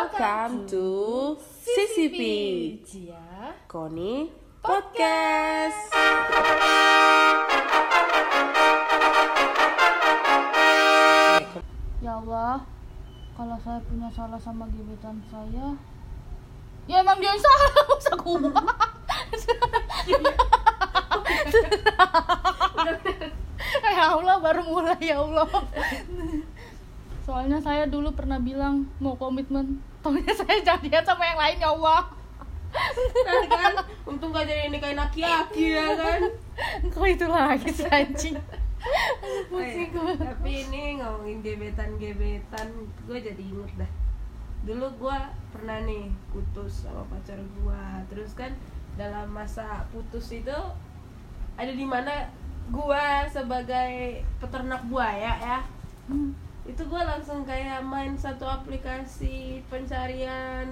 Welcome to CCP Cia Koni Podcast. Ya Allah, kalau saya punya salah sama gebetan saya, ya emang dia yang salah, gak usah gua. Ya Allah, baru mulai ya Allah. Soalnya saya dulu pernah bilang mau komitmen, taunya saya jadian sama yang lain ya Allah. Nah kan, untung gak jadi nikahin aki-aki ya kan. Kok itu lagi sih anjing. Pusing gue. Tapi ini ngomongin gebetan, gue jadi inget dah. Dulu gue pernah nih putus sama pacar gue. Terus kan dalam masa putus itu ada di mana gue sebagai peternak buaya ya. Itu gue langsung kayak main satu aplikasi pencarian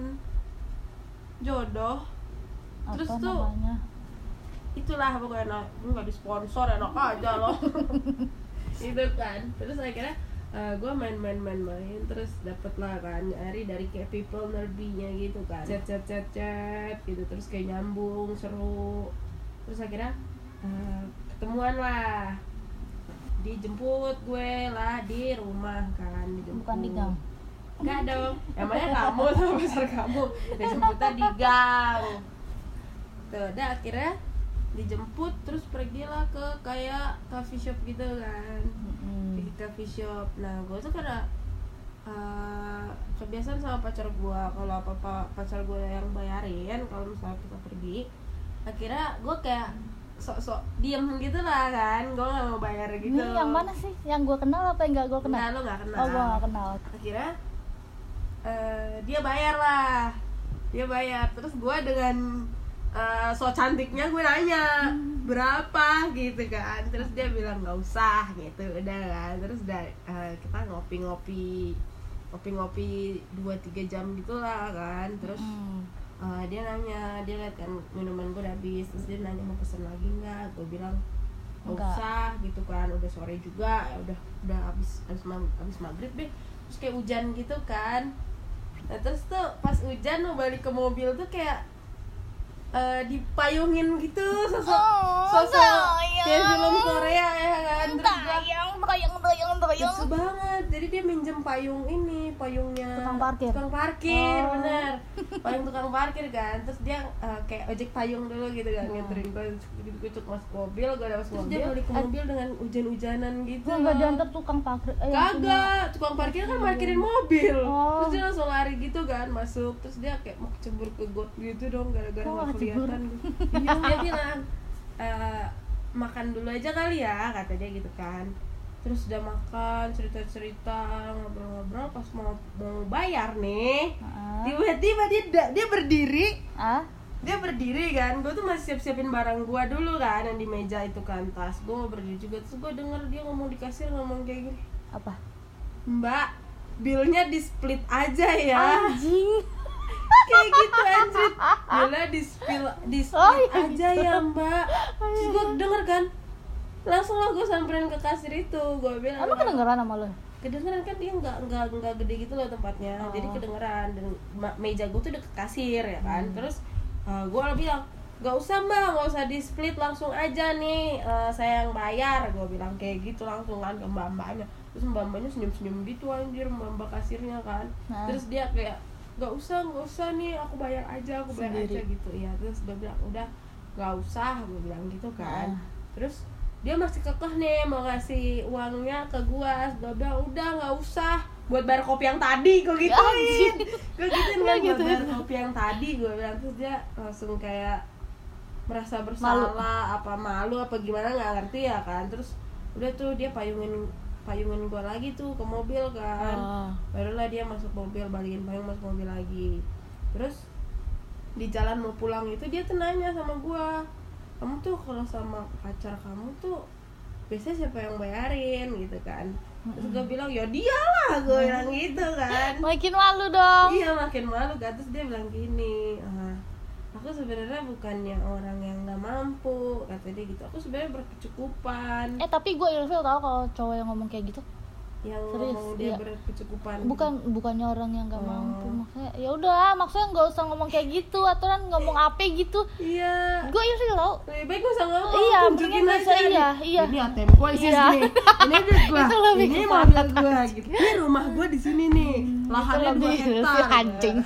jodoh. Terus Apa tuh namanya? itulah pokoknya nggak disponsor enak aja loh. Itu kan terus akhirnya gue main terus dapet lah kan, nyari dari kayak people nerdy-nya gitu kan, chat gitu, terus kayak nyambung seru. Terus akhirnya ketemuan lah, dijemput gue lah di rumah kan, dijemput. Bukan di gang. Enggak dong, emangnya kamu sama pacar kamu dijemputnya di gang. Tuh, udah akhirnya dijemput terus pergilah ke kayak coffee shop gitu kan. Pergi coffee shop. Nah, gue tuh karena kebiasaan sama pacar gue, kalau apa-apa pacar gue yang bayarin kalau misalnya kita pergi. Akhirnya gue kayak sok-sok diem gitu lah kan, gue gak mau bayar gitu. Ini yang mana sih? Yang gue kenal apa yang gak gue kenal? Nah, lo gak kenal. Oh, gue gak kenal. Akhirnya dia bayar terus gue dengan so cantiknya gue nanya berapa gitu kan, terus dia bilang nggak usah gitu, udah kan. Terus udah kita ngopi 2-3 jam gitulah kan. Terus dia nanya, dia lihat kan minuman gue udah habis, terus dia nanya mau pesen lagi nggak. Gue bilang nggak usah gitu kan, udah sore juga ya, udah habis maghrib deh. Terus kayak hujan gitu kan. Nah terus tuh pas hujan mau balik ke mobil tuh kayak dipayungin gitu, sosok kayak film Korea ya kan. Terus lucu banget, jadi dia minjem payungnya tukang parkir. Bener, payung tukang parkir kan. Terus dia kayak ojek payung dulu gitu kan, nganterin gue masuk mobil, gue udah masuk mobil. Dia balik ke mobil dengan hujan-hujanan gitu. Nggak diantar tukang parkir? Kagak, tukang parkir kan parkirin mobil. Terus dia langsung lari gitu kan, masuk. Terus dia kayak mau kecebur ke got gitu dong, gara-gara nggak kelihatan. Iya, dia bilang makan dulu aja kali ya, kata dia gitu kan. Terus udah makan, cerita-cerita, ngobrol-ngobrol, pas mau bayar nih, tiba-tiba dia berdiri. Dia berdiri kan, gue tuh masih siap-siapin barang gue dulu kan, yang di meja itu kan, tas gue mau berdiri juga. Terus gue denger dia ngomong di kasir, ngomong kayak gini, apa? Mbak, bilnya di split aja ya. Anjing. Kayak gitu anjir, bilnya di split aja ya Mbak. Terus gue denger kan, langsung lah gue samperin ke kasir itu, gue bilang, Emang kedengeran sama lo? Kedengeran kan, dia nggak gede gitu loh tempatnya. Jadi kedengeran, dan meja gue tuh deket kasir ya kan. Terus gue bilang, nggak usah Mbak, nggak usah di split, langsung aja nih, saya yang bayar. Gue bilang kayak gitu langsung kan ke mbak-mbaknya. Terus mbak-mbaknya senyum-senyum gitu anjir, mbak kasirnya kan. Terus dia kayak, nggak usah nih, aku bayar aja gitu ya. Terus gue bilang udah nggak usah, gue bilang gitu kan. Terus dia masih kekeh nih mau ngasih uangnya ke gua. Gua bilang udah nggak usah, buat bayar kopi yang tadi. Gua gituin kan, buat bayar kopi yang tadi, gua bilang. Terus dia langsung kayak merasa bersalah, malu apa gimana nggak ngerti ya kan. Terus udah tuh dia payungin gua lagi tuh ke mobil kan. Barulah dia masuk mobil, balikin payung, masuk mobil lagi. Terus di jalan mau pulang itu dia tuh nanya sama gua, kamu tuh kalau sama pacar kamu tuh biasanya siapa yang bayarin gitu kan. Terus gue bilang ya dia lah, gue bilang gitu kan. Makin malu dong. Iya, makin malu kan. Terus dia bilang gini, aku sebenarnya bukan yang orang yang nggak mampu, kata dia gitu. Aku sebenarnya berkecukupan. Tapi gue ilfil tau kalau cowok yang ngomong kayak gitu. yang Serius, ngomong dia iya. berkecukupan. Bukannya orang yang nggak Oh. mampu, maksudnya ya udah, maksudnya nggak usah ngomong kayak gitu, aturan ngomong apa gitu. Iya. Gue iri lo. Lebih baik gue usah ngomong, Iya, tunjukin mendingan aja usah, nih. iya. Ini ATM gue isi Iya. nih. Ini duit gue. Itu lebih Ini kepadat mobil gue gitu. Ini rumah gue di sini nih. Lahannya 2 lebih hektar. si anjing.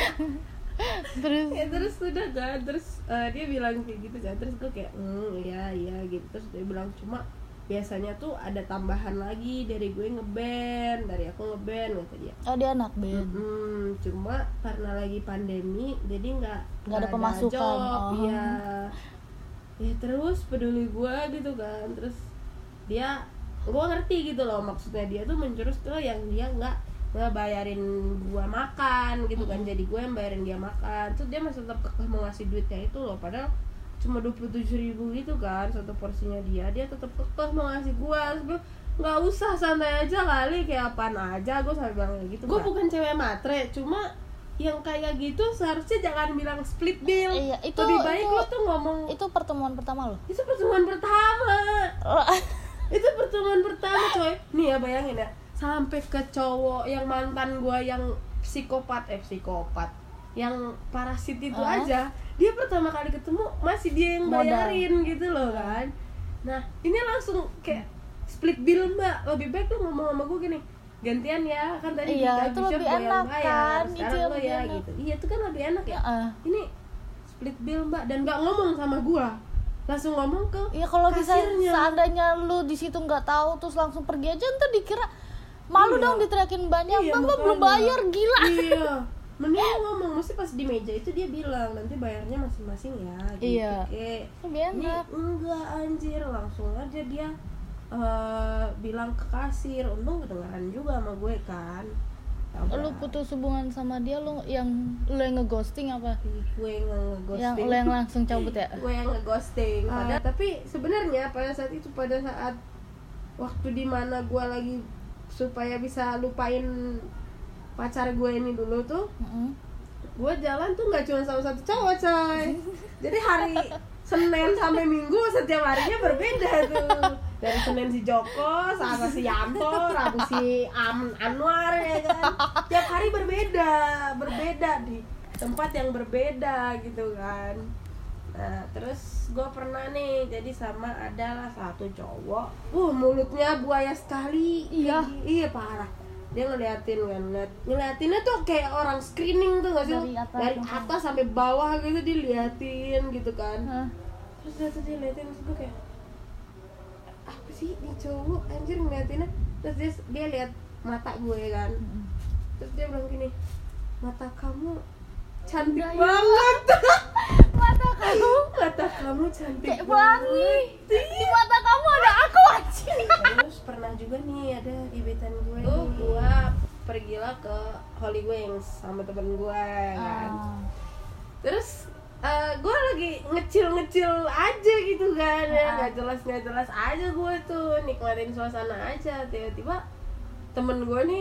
Terus Ya, terus udah kan, terus dia bilang kayak gitu kan, terus gue kayak iya gitu, terus dia bilang cuma biasanya tuh ada tambahan lagi dari gue ngeband, dari aku ngeband kata dia. oh dia anak band. Cuma karena lagi pandemi jadi nggak ada pemasukan. job. Iya. Ya terus peduli gue gitu kan, terus dia, gue ngerti gitu loh maksudnya dia tuh menjurus tuh yang dia nggak bayarin gua makan gitu kan, jadi gue yang bayarin dia makan, terus dia masih tetap kekeh mau ngasih duitnya itu loh, padahal cuma 27.000 gitu kan satu porsinya, dia tetap kekeh mau ngasih gua. Terus gue nggak usah, santai aja kali, kayak apaan aja, gue sampai bilang kayak gitu. Gue bukan cewek matre, cuma yang kayak gitu seharusnya jangan bilang split bill. Iya, lebih baik lo tuh ngomong. Itu pertemuan pertama lo. Itu pertemuan pertama. Itu pertemuan pertama coy. Nih ya bayangin ya, sampai ke cowok yang mantan gua yang psikopat, yang parasit itu aja, dia pertama kali ketemu masih dia yang bayarin gitu loh kan. Nah ini langsung kayak split bill mbak, lebih baik lu ngomong sama gue gini, gantian ya, kan tadi iya, itu lebih enak bayar, kan, sekarang lo ya gitu. Iya itu kan lebih enak ya. Ini split bill mbak, dan nggak ngomong sama gua, langsung ngomong ke iya, kalau bisa kasirnya. seandainya lu di situ nggak tahu terus langsung pergi aja, ntar dikira malu dong diteriakin banyak, Iya, mbak belum bayar, gila. Iya, mending ngomong, mesti pas di meja itu dia bilang nanti bayarnya masing-masing ya gitu. Iya. Kayak Lebih ini enak. enggak anjir, langsung aja dia bilang ke kasir. Untung kedengaran juga sama gue kan. Lu putus hubungan sama dia, lu yang ngeghosting apa? Gue yang ngeghosting. Yang lu yang langsung cabut ya? Gue yang ngeghosting. Tapi sebenarnya pada saat waktu dimana gue lagi supaya bisa lupain pacar gue ini dulu tuh, gue jalan tuh nggak cuma sama satu cowok coy. Jadi hari Senin sampai Minggu setiap harinya berbeda tuh. Dari Senin si Joko, Selasa si Yanto, Rabu si Anwar ya kan. Tiap hari berbeda di tempat yang berbeda gitu kan. Nah terus gue pernah nih jadi sama adalah satu cowok, mulutnya buaya sekali. Iya parah. Dia ngeliatin kan, ngeliatinnya tuh kayak orang screening tuh nggak sih, dari atas sampai bawah gitu diliatin gitu kan. Terus dia liatin, terus gue kayak apa sih nih cowok anjir ngeliatinnya. Terus dia lihat mata gue kan, terus dia bilang gini, mata kamu cantik banget. Mata kamu cantik kayak pelangi. Di mata kamu ada aku aja. Terus pernah juga nih ada gebetan gue nih, gue pergilah ke Holy Wings sama temen gue kan. Terus gue lagi ngecil aja gitu kan ya, nggak jelas aja gue tuh nikmatin suasana aja. Tiba-tiba temen gue nih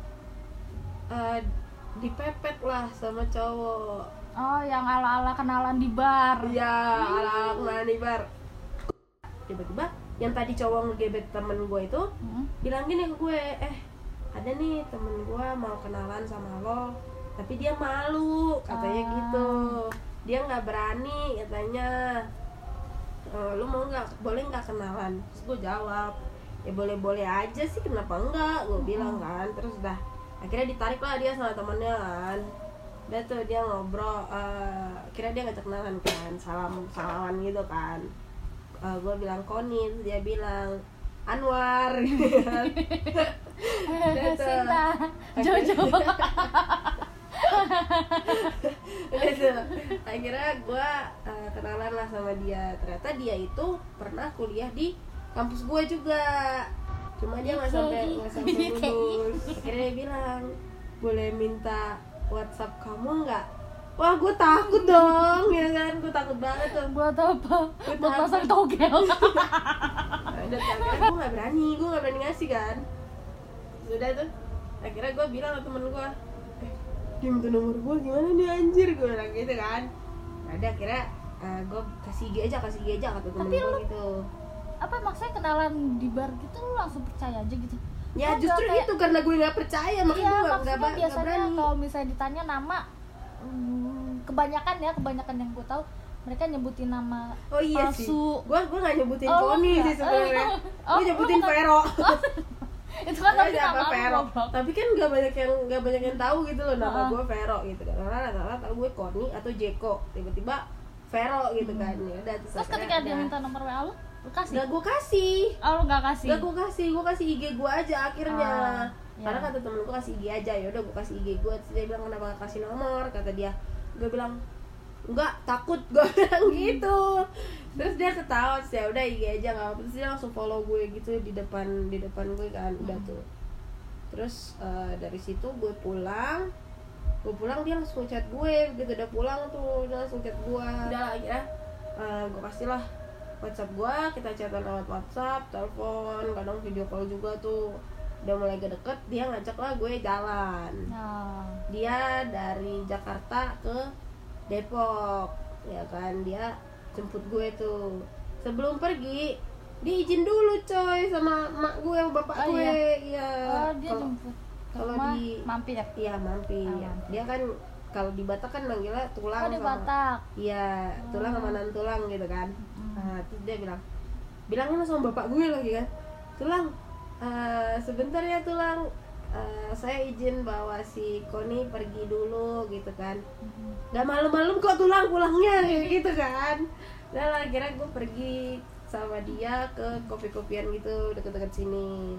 dipepet lah sama cowok. Oh, yang ala-ala kenalan di bar. Iya, ala-ala kenalan di bar. Tiba-tiba yang tadi cowok ngegebet temen gue itu bilang gini ke gue, ada nih temen gue mau kenalan sama lo, tapi dia malu katanya gitu. Dia nggak berani katanya. Lu mau nggak, boleh nggak kenalan? Terus gue jawab, ya boleh-boleh aja sih, kenapa enggak, gue bilang kan. Terus udah akhirnya ditarik lah dia sama temennya kan. Udah tuh dia ngobrol, kira dia ngajak kenalan kan, salaman gitu kan. Gue bilang Koni, dia bilang Anwar gitu kan. Sinta, Jojo. Udah tuh akhirnya gue kenalan lah sama dia. Ternyata dia itu pernah kuliah di kampus gue juga, cuma dia nggak sampai lulus. Akhirnya dia bilang, boleh minta WhatsApp kamu nggak? Wah gue takut dong ya kan, gue takut banget tuh. Buat apa? Buat pasang togel. Udah akhirnya gue nggak berani ngasih kan. Sudah tuh akhirnya gue bilang ke temen gue, dia minta nomor gue gimana nih anjir, gue bilang gitu kan. Ada akhirnya gue kasih IG aja kata temen gue gitu. Apa maksudnya kenalan di bar gitu lu langsung percaya aja gitu? Ya Enggak, justru kayak- itu karena gue nggak percaya makanya Iya, gue maksudnya nggak biasanya berani. kalau misalnya ditanya nama, kebanyakan yang gue tahu mereka nyebutin nama Oh iya palsu. sih, gue nggak nyebutin Oh, Koni enggak. sih sebenarnya. Oh, Gue nyebutin lu bukan- Vero. Itu kan tapi Siapa nama Vero? lu goblok. Tapi kan nggak banyak yang tahu gitu loh nama Heeh. gue Vero gitu kan. Orang rata-rata tahu gue Koni atau Jeko. Tiba-tiba Vero gitu kan. Ya udah Terus ketika dia minta nomor WA lu kasih? Gak gue kasih. Oh, lu nggak kasih? Gak gue kasih IG gue aja akhirnya. Ah, Karena ya. kata temen gue kasih IG aja, ya udah gue kasih IG gue. Terus dia bilang kenapa gak kasih nomor? Kata dia, gue bilang enggak, takut, gue bilang gitu. Terus dia ketawa, terus ya udah IG aja nggak apa-apa. Terus dia langsung follow gue gitu di depan gue kan, udah tuh. Terus dari situ gue pulang dia langsung chat gue, begitu udah pulang tuh dia langsung chat gue. Udah lah akhirnya gue kasih lah WhatsApp gue, kita chatan lewat WhatsApp, telepon, kadang video call juga tuh. Udah mulai deket, dia ngajak lah gue jalan. Nah, Dia dari Jakarta ke Depok, ya kan, dia jemput gue tuh. Sebelum pergi, dia izin dulu coy sama mak gue, sama bapak Oh, gue. iya. Iya. dia Kalau- jemput ke kalau rumah, di- mampir. Iya mampir. Oh, mampir. Dia kan kalau di Batak kan manggilnya tulang Oh, di sama. Batak. Iya, tulang sama nan tulang gitu kan. Mm. Nah, terus dia bilangnya sama bapak gue lagi kan, Tulang, sebentar ya Tulang, saya izin bawa si Koni pergi dulu gitu kan. Gak malam-malam kok Tulang pulangnya kayak gitu kan. Dan akhirnya gue pergi sama dia ke kopi-kopian gitu deket-deket sini.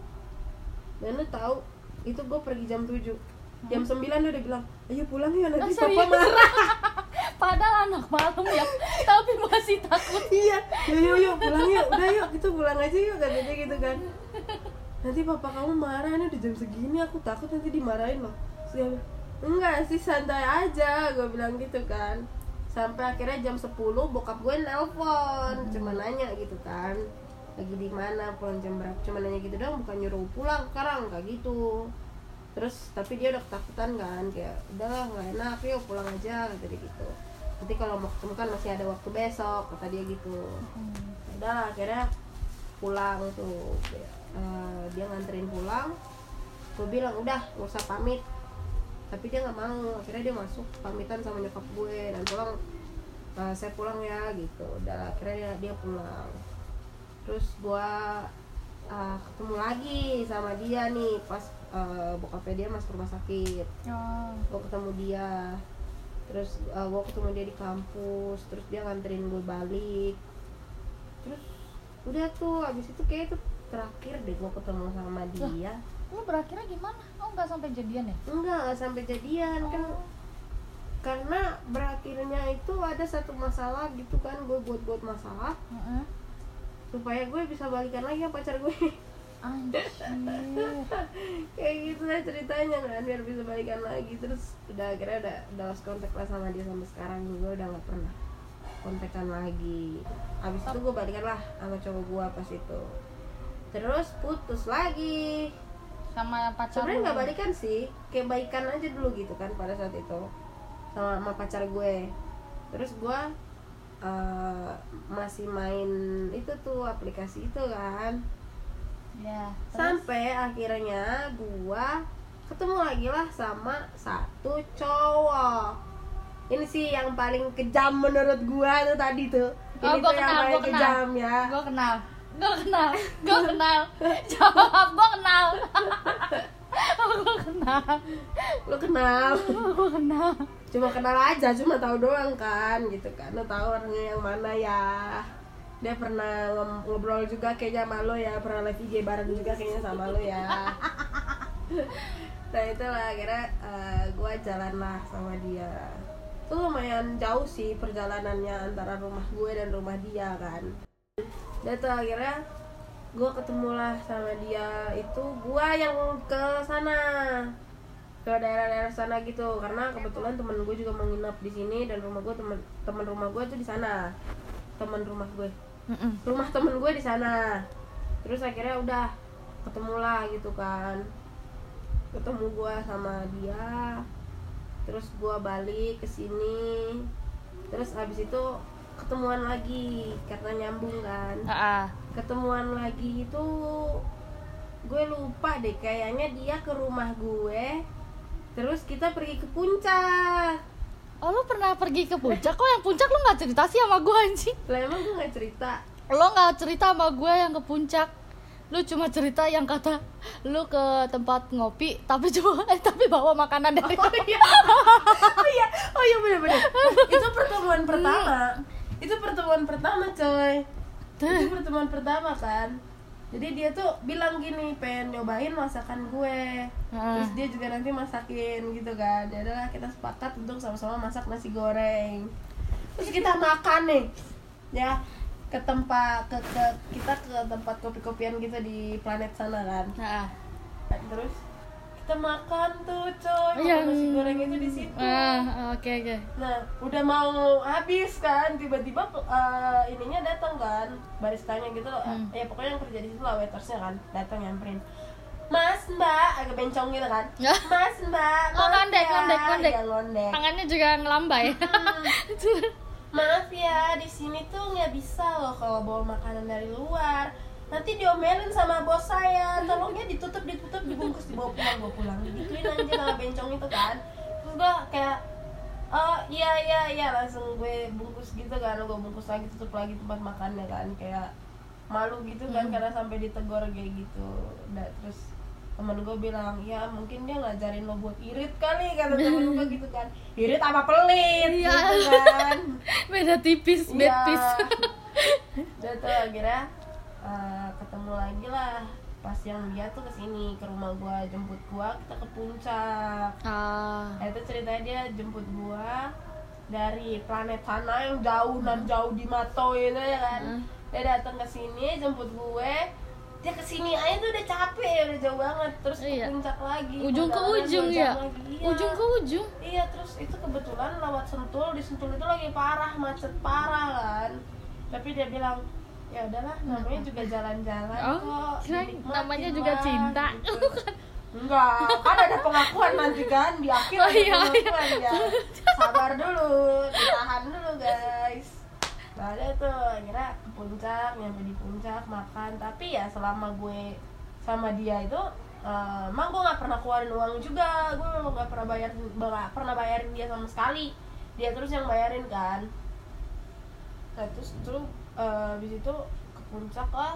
Dan lu tahu itu gue pergi jam 7. Jam 9 dia udah bilang, ayo pulang ya nanti Oh, papa serius? marah. Padahal anak malam ya, tapi masih takut. Iya, yuk pulang yuk, udah yuk kita pulang aja yuk katanya gitu kan. Nanti papa kamu marah, ini udah jam segini, aku takut nanti dimarahin loh. Terus dia bilang, enggak sih santai aja, gue bilang gitu kan. Sampai akhirnya jam 10 bokap gue nelpon, cuma nanya gitu kan, lagi di mana, pulang jam berapa, cuma nanya gitu doang, bukan nyuruh pulang sekarang kayak gitu. Terus tapi dia udah ketakutan kan, kayak udahlah nggak enak, yuk pulang aja kata dia gitu. Nanti kalau mau ketemu kan masih ada waktu besok kata dia gitu. Udah akhirnya pulang tuh. Dia nganterin pulang, gue bilang udah nggak usah pamit, tapi dia nggak mau. Akhirnya dia masuk pamitan sama nyokap gue dan pulang, saya pulang ya gitu. Udah akhirnya dia pulang. Terus gue ketemu lagi sama dia nih pas bokapnya dia masuk rumah sakit. Oh. Gue ketemu dia, terus gue ketemu dia di kampus, terus dia nganterin gue balik. Terus udah tuh abis itu kayak itu terakhir deh gue ketemu sama dia. Lu berakhirnya gimana? Oh, nggak sampai jadian ya? Enggak sampai jadian kan, karena berakhirnya itu ada satu masalah gitu kan. Gue buat masalah Heeh. supaya gue bisa balikan lagi sama pacar gue. Anjir. Kayak gitu lah ceritanya kan, biar bisa balikan lagi. Terus udah akhirnya udah lost kontak lah sama dia sampai sekarang. Gue udah nggak pernah kontekan lagi. Abis itu gue balikan lah sama cowok gue pas itu. Terus putus lagi. Sama yang pacar. Sebenarnya lu. nggak balikan sih, kayak baikan aja dulu gitu kan pada saat itu sama pacar gue. Terus gue masih main itu tuh aplikasi itu kan. Ya. Terus? Sampai akhirnya gua ketemu lagi lah sama satu cowok. Ini sih yang paling kejam menurut gua tuh tadi tuh. Ini gua tuh yang paling gua kejam ya. Gua kenal. Jawab, gua kenal. Gua kenal. Lu kenal? Gua kenal. Cuma kenal aja, cuma tahu doang kan gitu kan. Lu tahu orangnya yang mana ya. Dia pernah ngobrol juga kayaknya sama lo ya, pernah live IG bareng juga kayaknya sama lo ya. Nah itulah akhirnya gue jalan lah sama dia. Itu lumayan jauh sih perjalanannya antara rumah gue dan rumah dia kan. Dan tuh akhirnya gue ketemu lah sama dia. Itu gue yang ke sana, ke daerah-daerah sana gitu, karena kebetulan temen gue juga menginap di sini dan rumah gue temen rumah gue tuh di sana. Temen rumah gue, rumah temen gue di sana. Terus akhirnya udah ketemu lah gitu kan, ketemu gue sama dia. Terus gue balik ke sini. Terus abis itu ketemuan lagi karena nyambung kan. Ketemuan lagi itu gue lupa deh, kayaknya dia ke rumah gue terus kita pergi ke puncak. Oh, lu pernah pergi ke puncak? Kok yang puncak lu nggak cerita sih sama gue anjing? Lah emang gue nggak cerita? Lo nggak cerita sama gue yang ke puncak. Lu cuma cerita yang kata lu ke tempat ngopi tapi bawa makanan dari Oh iya benar-benar. Itu pertemuan pertama. Itu pertemuan pertama coy. Itu pertemuan pertama kan. Jadi dia tuh bilang gini, pengen nyobain masakan gue. Terus dia juga nanti masakin gitu kan. Ya adalah kita sepakat untuk sama-sama masak nasi goreng. Terus kita makan nih. Ya, kita ke tempat kopi-kopian gitu di planet sana kan. Terus kita makan tuh coy, makan nasi goreng itu di situ. Oke. Nah, udah mau habis kan, tiba-tiba ininya datang kan, baristanya gitu loh. Ya pokoknya yang kerja di situ lah, waitersnya kan, datang nyamperin. Mas, Mbak, agak bencong gitu kan. Mas, Mbak, ngondek. Ya, ngondek. Tangannya juga ngelambai. Maaf ya, di sini tuh nggak bisa loh kalau bawa makanan dari luar. Nanti diomelin sama bos saya, tolongnya ditutup, dibungkus, dibawa pulang. Digituin aja sama bencong itu kan. Terus gue kayak, oh iya, langsung gue bungkus gitu kan. Gue bungkus lagi, tutup lagi tempat makannya kan. Kayak malu gitu kan, karena sampai ditegur kayak gitu. Udah, terus temen gue bilang, ya mungkin dia ngajarin lo buat irit kali, kata temen gue gitu kan. Irit apa pelit gitu kan. Beda tipis, bed piece. Udah tuh akhirnya ketemu lagi lah pas yang dia tuh kesini ke rumah gua, jemput gua, kita ke puncak. Itu ceritanya dia jemput gua dari planet sana yang jauh dan jauh di Mato itu ya kan. Dia datang ke sini jemput gue, dia kesini aja tuh udah capek ya, udah jauh banget, terus ke puncak lagi, ujung ke ujung ya. Ujung ke ujung. Iya, terus itu kebetulan lewat Sentul, di Sentul itu lagi macet parah kan. Tapi dia bilang, ya udahlah, namanya juga jalan-jalan kok, namanya juga cinta gitu. Enggak, kan ada pengakuan nanti kan di akhir. Pengakuan ya, sabar dulu, ditahan dulu guys. Nah ada tuh akhirnya ke puncak, nyampe di puncak makan. Tapi ya selama gue sama dia itu emang gue nggak pernah keluarin uang juga, gue nggak pernah bayarin dia sama sekali, dia terus yang bayarin kan. Nah terus habis itu ke puncak lah,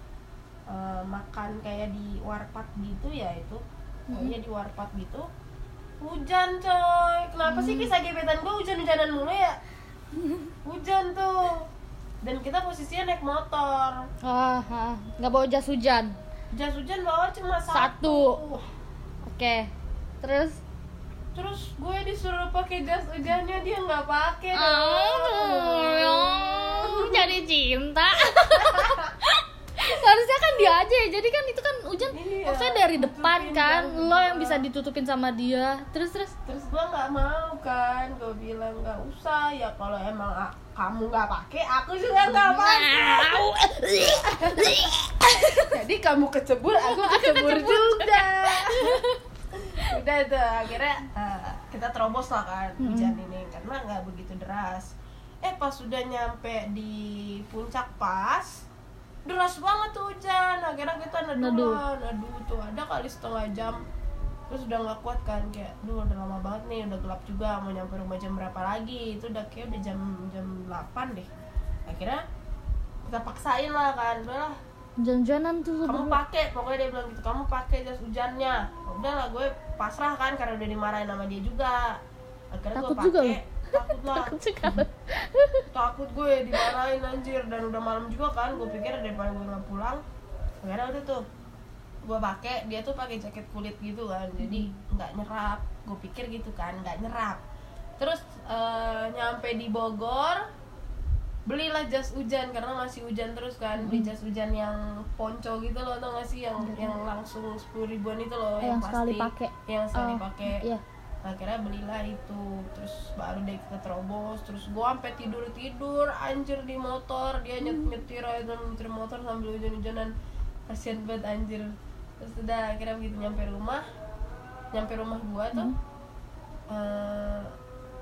makan kayak di warpat gitu ya, itu kayaknya di warpat gitu. Hujan coy, kenapa sih kisah gebetan gue hujan-hujanan mulu ya? Hujan tuh, dan kita posisinya naik motor. Nggak bawa jas hujan. Jas hujan bawa cuma satu. Oke. Terus gue disuruh pakai jas hujannya, dia nggak pakai. Jadi cinta. Harusnya kan dia aja ya, jadi kan itu kan hujan maksudnya dari depan kan, lo yang bisa ditutupin sama dia. Terus gue nggak mau kan, gue bilang nggak usah ya, kalau emang kamu nggak pakai, aku juga nggak pakai. Jadi kamu kecebur, aku kecebur juga. Udah tuh akhirnya kita terobos lah kan hujan ini, karena nggak begitu deras. Pas sudah nyampe di puncak pas deras banget tuh hujan. Akhirnya kita nadu tuh ada kali setengah jam. Terus udah nggak kuat kan, kayak udah lama banget nih, udah gelap juga, mau nyampe rumah jam berapa lagi, itu udah kayak udah jam 8 deh. Akhirnya kita paksain lah kan, udahlah hujan-hujanan tuh kamu pakai, pokoknya dia bilang gitu, kamu pakai jas hujannya. Udahlah gue pasrah kan, karena udah dimarahin sama dia juga. Akhirnya gue pakai. Takut gue dimarahin anjir, dan udah malam juga kan, gue pikir daripada gue nggak pulang. Akhirnya udah tuh gue pakai, dia tuh pakai jaket kulit gitu kan, jadi nggak nyerap. Gue pikir gitu kan, nggak nyerap. Terus nyampe di Bogor, belilah jas hujan karena masih hujan terus kan. Beli jas hujan yang ponco gitu loh, tau gak sih, yang langsung 10 ribuan itu loh, yang sekali plastik, yang sekali pakai. Iya. Akhirnya belilah itu, terus baru deh kita terobos. Terus gue sampai tidur anjir di motor, dia nyetir motor sambil hujan-hujanan, kasian banget anjir. Terus udah akhirnya begitu nyampe rumah gue tuh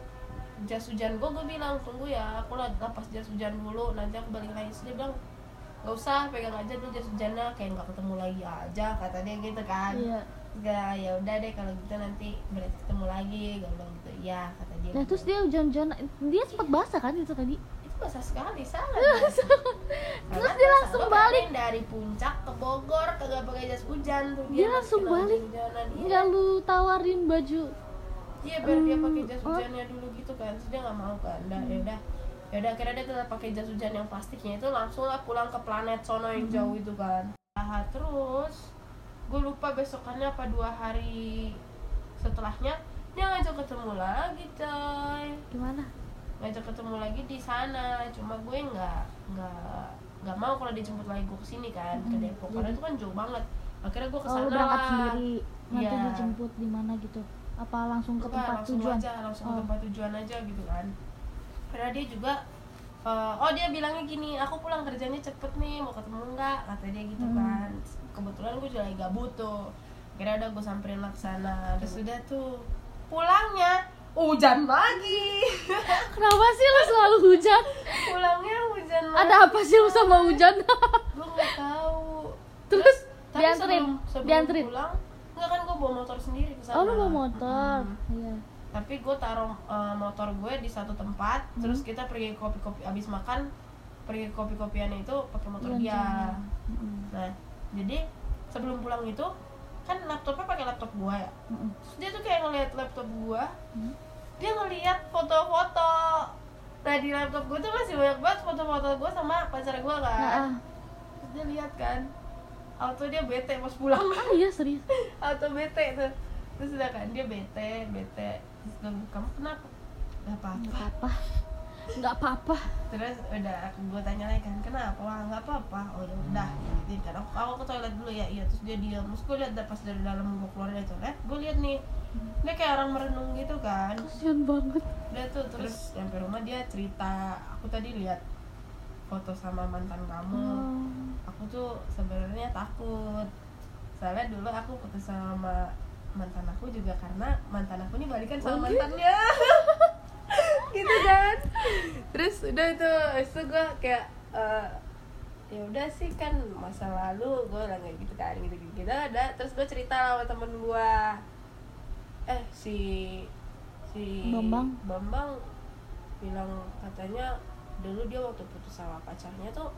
jas hujan gue bilang tunggu ya, aku lepas jas hujan dulu, nanti aku balik lagi. Dia bilang gak usah pegang aja dulu jas hujannya, kayak nggak ketemu lagi aja kata dia gitu kan. Iya. Gak, ya udah deh kalau gitu nanti berarti ketemu lagi, gak bilang gitu. Iya kata dia. Nah, gitu. terus dia hujan-hujan, dia sempat basah kan itu tadi? Itu basah sekali, sangat basah. Terus dia langsung balik. Dari Puncak ke Bogor kagak pakai jas hujan tuh, Dia langsung balik. Enggak lu tawarin baju. Iya, biar dia pakai jas hujannya dulu gitu kan. Terus dia nggak mau kan. Ya udah akhirnya dia tetap pakai jas hujan yang plastiknya itu, langsung lah pulang ke planet sono yang jauh itu kan. Nah, terus gue lupa besokannya apa 2 hari setelahnya dia ngajak ketemu lagi, coy. Gimana? Ngajak ketemu lagi di sana, cuma gue nggak mau kalau dijemput lagi gue kesini kan, ke Depok, karena itu kan jauh banget. Akhirnya gue kesana. Lu berangkat sendiri, nanti Iya. dijemput di mana gitu? Apa langsung ke Enggak, tempat langsung tujuan? langsung ke tempat tujuan aja gitu kan. Karena dia juga dia bilangnya gini, aku pulang kerjanya cepet nih, mau ketemu nggak, kata dia gitu kan. Kebetulan gue juga lagi gabut tuh. Akhirnya udah gue samperin lah ke sana. Terus udah tuh pulangnya hujan lagi. Kenapa sih lu selalu hujan? Pulangnya hujan lagi. Ada apa sih lu sama hujan? Gue nggak tahu. Terus tapi dianterin, sebelum pulang, nggak kan gue bawa motor sendiri ke sana. Oh, lu bawa motor. Iya. Tapi gue taruh motor gue di satu tempat, terus kita pergi kopi-kopi, abis makan pergi kopi-kopiannya itu pakai motor dia. Nah, jadi sebelum pulang itu kan laptopnya pakai laptop gue ya. Terus dia tuh kayak ngeliat laptop gue, dia ngeliat foto-foto. Nah, di laptop gue tuh masih banyak banget foto-foto gue sama pacar gue kan. Terus dia lihat kan, auto dia bete pas pulang. Ah, iya serius. Auto bete tuh. Terus udah kan dia bete. Terus gue, kamu kenapa? Nggak apa-apa. Terus udah gue tanya lagi kan, kenapa? Wah, nggak apa-apa. Oh ya udah, gitu kan. Aku ke toilet dulu ya. Iya, terus dia diam. Terus gue lihat pas dari dalam gue keluar dari toilet, gue lihat nih dia kayak orang merenung gitu kan. Kasian banget. Udah tuh, terus sampai rumah dia cerita, aku tadi lihat foto sama mantan kamu. Aku tuh sebenarnya takut. Soalnya dulu aku putus sama mantan aku juga karena mantan aku nih balikan sama mantannya. Gitu kan. Terus udah itu gue kayak ya udah sih kan masa lalu, gue lah kayak gitu kan, gitu ada. Terus gue cerita sama temen gue, si Bambang bilang katanya dulu dia waktu putus sama pacarnya tuh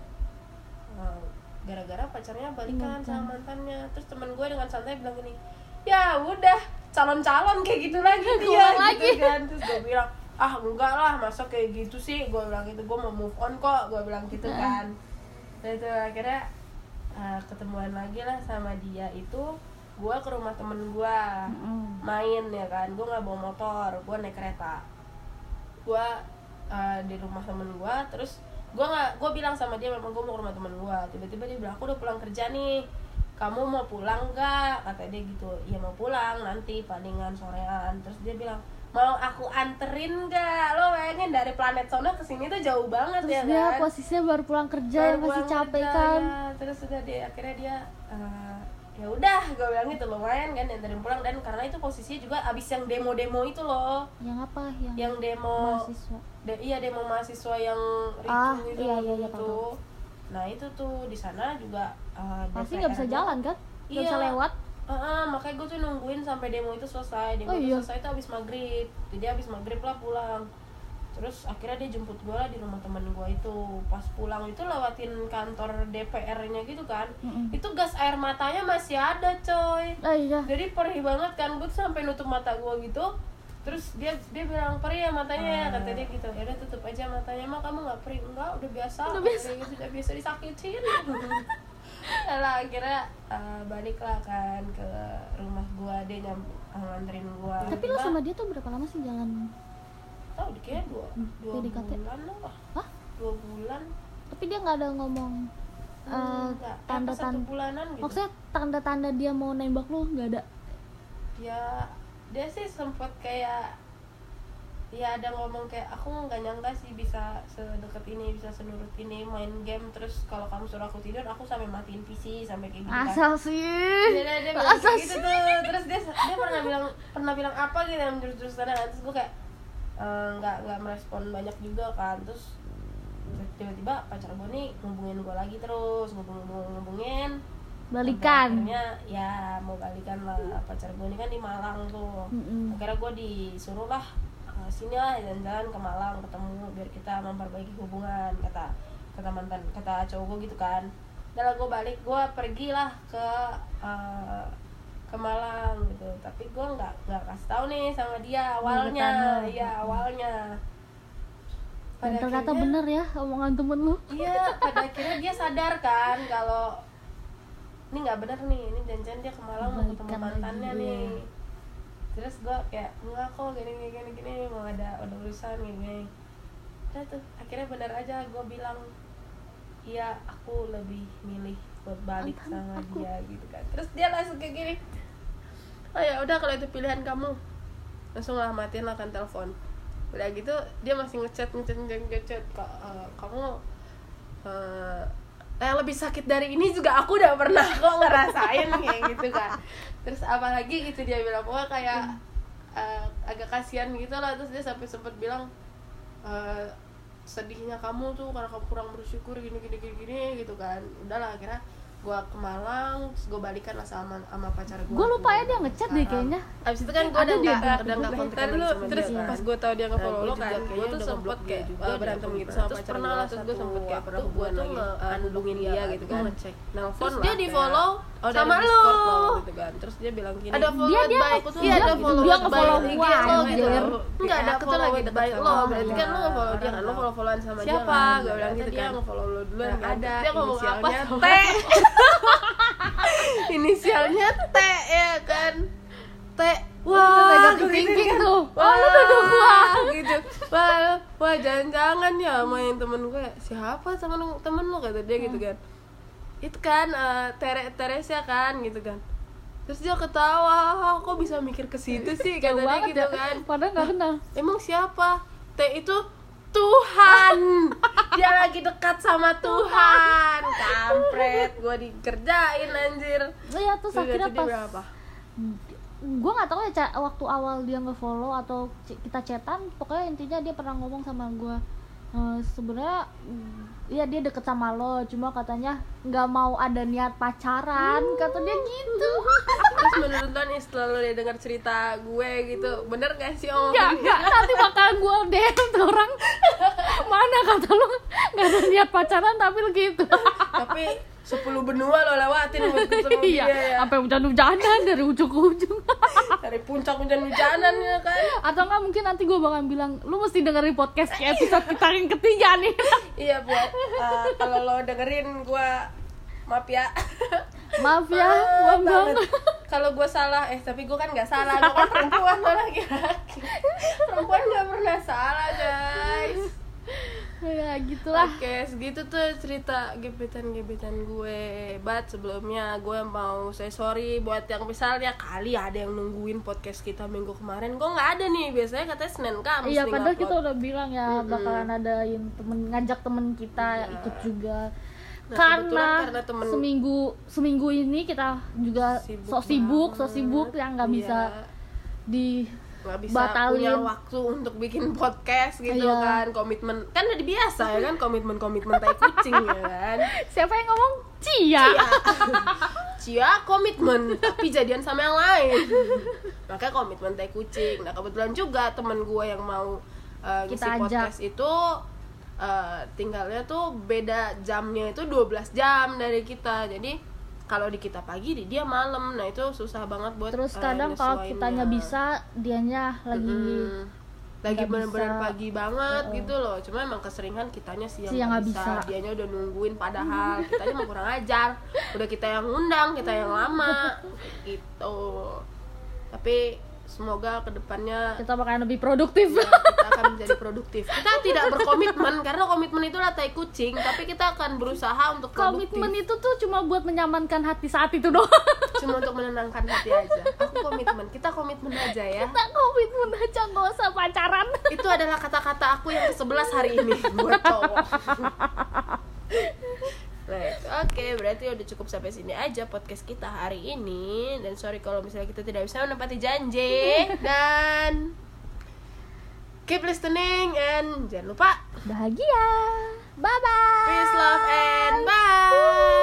gara-gara pacarnya balikan sama mantannya. Terus temen gue dengan santai bilang gini, ya udah calon-calon kayak gitu lagi dia gitu kan. Terus gue bilang, ah enggak lah, masa kayak gitu sih, gue bilang gitu, gue mau move on kok, gue bilang gitu kan. Dan itu akhirnya ketemuan lagi lah sama dia itu, gue ke rumah temen gue main ya kan. Gue nggak bawa motor, gue naik kereta. Gue di rumah temen gue, terus gue bilang sama dia memang gue mau ke rumah temen gue. Tiba-tiba dia bilang, aku udah pulang kerja nih, kamu mau pulang nggak, kata dia gitu. Iya mau pulang, nanti palingan sorean. Terus dia bilang, mau aku anterin nggak? Lo bayangin dari planet sono ke sini tuh jauh banget. Terus ya dia kan, posisinya baru pulang kerja, masih capek kan ya. Terus udah akhirnya dia ya udah, gue bilang gitu, lumayan kan anterin pulang. Dan karena itu posisinya juga abis yang demo itu loh. Yang apa? Yang demo mahasiswa. Iya, demo mahasiswa yang ricu itu. Iya, tuh. Nah itu tuh di sana juga pasti nggak bisa jalan kan? Nggak bisa lewat. Makanya gue tuh nungguin sampai demo itu selesai. Selesai itu abis maghrib. Jadi abis maghrib lah pulang. Terus akhirnya dia jemput gue lah di rumah temen gue itu. Pas pulang itu lewatin kantor DPR-nya gitu kan. Itu gas air matanya masih ada, coy. Iya. Jadi perih banget kan, gue tuh sampai nutup mata gue gitu. Terus dia bilang, perih ya matanya ya, kata dia gitu. Ya udah tutup aja matanya. Emang kamu nggak perih? Enggak, udah biasa. Udah biasa disakitin. Lah akhirnya baliklah kan ke rumah gue. Dia nganterin gue. Tapi lo sama dia tuh berapa lama sih jalan? Tahu kayaknya dua bulan lah. Hah? 2 bulan. Tapi dia nggak ada ngomong tanda-tanda 1 bulanan gitu. Maksudnya tanda-tanda dia mau nembak lo nggak ada? Ya dia sih sempet kayak, ya ada ngomong kayak, aku nggak nyangka sih bisa sedekat ini, bisa senurut ini main game. Terus kalau kamu suruh aku tidur, aku sampai matiin PC sampai kayak gitu kan. Asal sih. Dia bilang kayak gitu tuh. Terus dia pernah bilang apa gitu yang jurus-jurus sana. Terus gue kayak nggak merespon banyak juga kan. Terus tiba-tiba pacar gue nih ngubungin gue lagi terus, ngubungin Balikan. akhirnya ya mau balikan lah. Pacar gue ini kan di Malang tuh. Akhirnya gue disuruh lah sini lah jalan-jalan ke Malang ketemu biar kita memperbaiki hubungan, kata cowok gue gitu kan. Udah lah gue balik, gue pergilah ke Malang gitu, tapi gue nggak kasih tahu nih sama dia awalnya. Iya awalnya. Dan ternyata bener ya omongan temen lu. Iya, pada akhirnya dia sadar kan kalau ini nggak bener nih, ini janjian dia ke Malang mau ketemu mantannya nih. Terus gue kayak enggak kok gini mau ada urusan gini. Udah tuh akhirnya bener aja gue bilang iya aku lebih milih buat balik sama dia gitu kan. Terus dia langsung kayak gini, oh ya udah kalau itu pilihan kamu, langsung lah matiin lah kan telepon. Udah gitu dia masih ngechat kamu yang lebih sakit dari ini juga aku udah pernah kok ngerasain kayak gitu kan. Terus apalagi itu dia bilang pokoknya kayak agak kasihan gitu lah. Terus dia sampai sempat bilang sedihnya kamu tuh karena kamu kurang bersyukur gini gitu kan. Udahlah akhirnya gue ke Malang, terus gue balikan lah sama pacar gue. Gue lupa ya dia ngechat deh kayaknya. Abis itu kan gue udah nggak kontak lagi sama terus dia. pas gue tau dia nge-follow lo kan, gue tuh sempet kayak berantem gitu sama pacar gue. Terus gue sempet kayak pernah hubungan lagi, hubungin dia gitu kan, ngecek nelfon lah. Dia di follow sama lo gitu kan. Terus dia bilang gini, ada follow by, iya ada follow dia nge-follow by gua gitu. anjir. Enggak ada aku tuh lagi by lo, berarti kan lo nge-follow dia kan, lo follow-followan sama dia. Siapa? Gue bilang gitu kan. Dia nge-follow lo duluan. Ada dia ngomong apa? T. Inisialnya T ya kan. T. Wah, negatif thinking tuh. Wah, lu nuduh gua gitu. Wah, jangan-jangan ya main temen gue. Siapa temen lu kata dia gitu kan. Itu kan Teresia kan gitu kan. Terus dia ketawa, kok bisa mikir ke situ sih kata dia gitu kan. Padahal enggak kenal. Emang siapa? T itu Tuhan. Dia lagi dekat sama Tuhan. Kampret, gua dikerjain anjir. Iya, terus akhirnya pas berapa? Gue nggak tahu ya waktu awal dia nge-follow atau kita chatan, pokoknya intinya dia pernah ngomong sama gue sebenarnya ya dia deket sama lo, cuma katanya nggak mau ada niat pacaran, kata dia gitu. Terus menurut lo nih setelah lo dia dengar cerita gue gitu, bener gak sih omongannya? Nggak, nanti bakal gue DM tuh orang mana kata lo nggak ada niat pacaran tapi lo gitu. Tapi 10 benua lo lewatin buat ketemu dia ya. Sampai hujan-hujanan dari ujung ke ujung. Dari puncak hujan-hujanan ya kan. Atau enggak mungkin nanti gue bakal bilang lu mesti dengerin podcast episode kita yang ketiga nih. Iya buat kalau lo dengerin gue maaf ya. Maaf ya, Bang. Kalau gue salah, tapi gue kan nggak salah, gue kan perempuan malah laki-laki. Perempuan nggak pernah salah guys. Ya gitulah. Oke, segitu tuh cerita gebetan gue. But sebelumnya gue mau say sorry buat yang misalnya kali ada yang nungguin podcast kita minggu kemarin. Gue nggak ada nih, biasanya katanya Senin Kamis. Iya, padahal kita udah bilang ya bakalan adain ngajak temen kita ikut juga. Nah, karena temen seminggu ini kita juga sok sibuk yang nggak bisa nggak bisa batalin. Punya waktu untuk bikin podcast gitu kan. Komitmen kan udah biasa ya kan, komitmen tai kucing ya kan. Siapa yang ngomong? Cia komitmen tapi jadian sama yang lain. Makanya komitmen tai kucing. Nah kebetulan juga temen gue yang mau ngisi podcast itu tinggalnya tuh beda jamnya itu 12 jam dari kita. Jadi kalau di kita pagi, di dia malam. Nah itu susah banget buat terus kadang kalau kitanya bisa, dianya lagi bener-bener pagi banget gitu loh. Cuma emang keseringan kitanya siang nggak bisa. Dianya udah nungguin padahal kitanya mau kurang ajar. Udah kita yang undang, kita yang lama gitu. Tapi semoga kedepannya kita bakalan lebih produktif. Ya, kita akan menjadi produktif. Kita tidak berkomitmen karena komitmen itu tai kucing, tapi kita akan berusaha untuk produktif. Komitmen itu tuh cuma buat menyamankan hati saat itu doang. Cuma untuk menenangkan hati aja. Aku komitmen, kita komitmen aja ya. Kita komitmen aja, nggak usah pacaran. Itu adalah kata-kata aku yang ke-11 hari ini buat cowok. Oke, berarti udah cukup sampai sini aja podcast kita hari ini. Dan sorry kalau misalnya kita tidak bisa menepati janji. Dan keep listening and jangan lupa bahagia. Bye bye. Peace, love, and bye.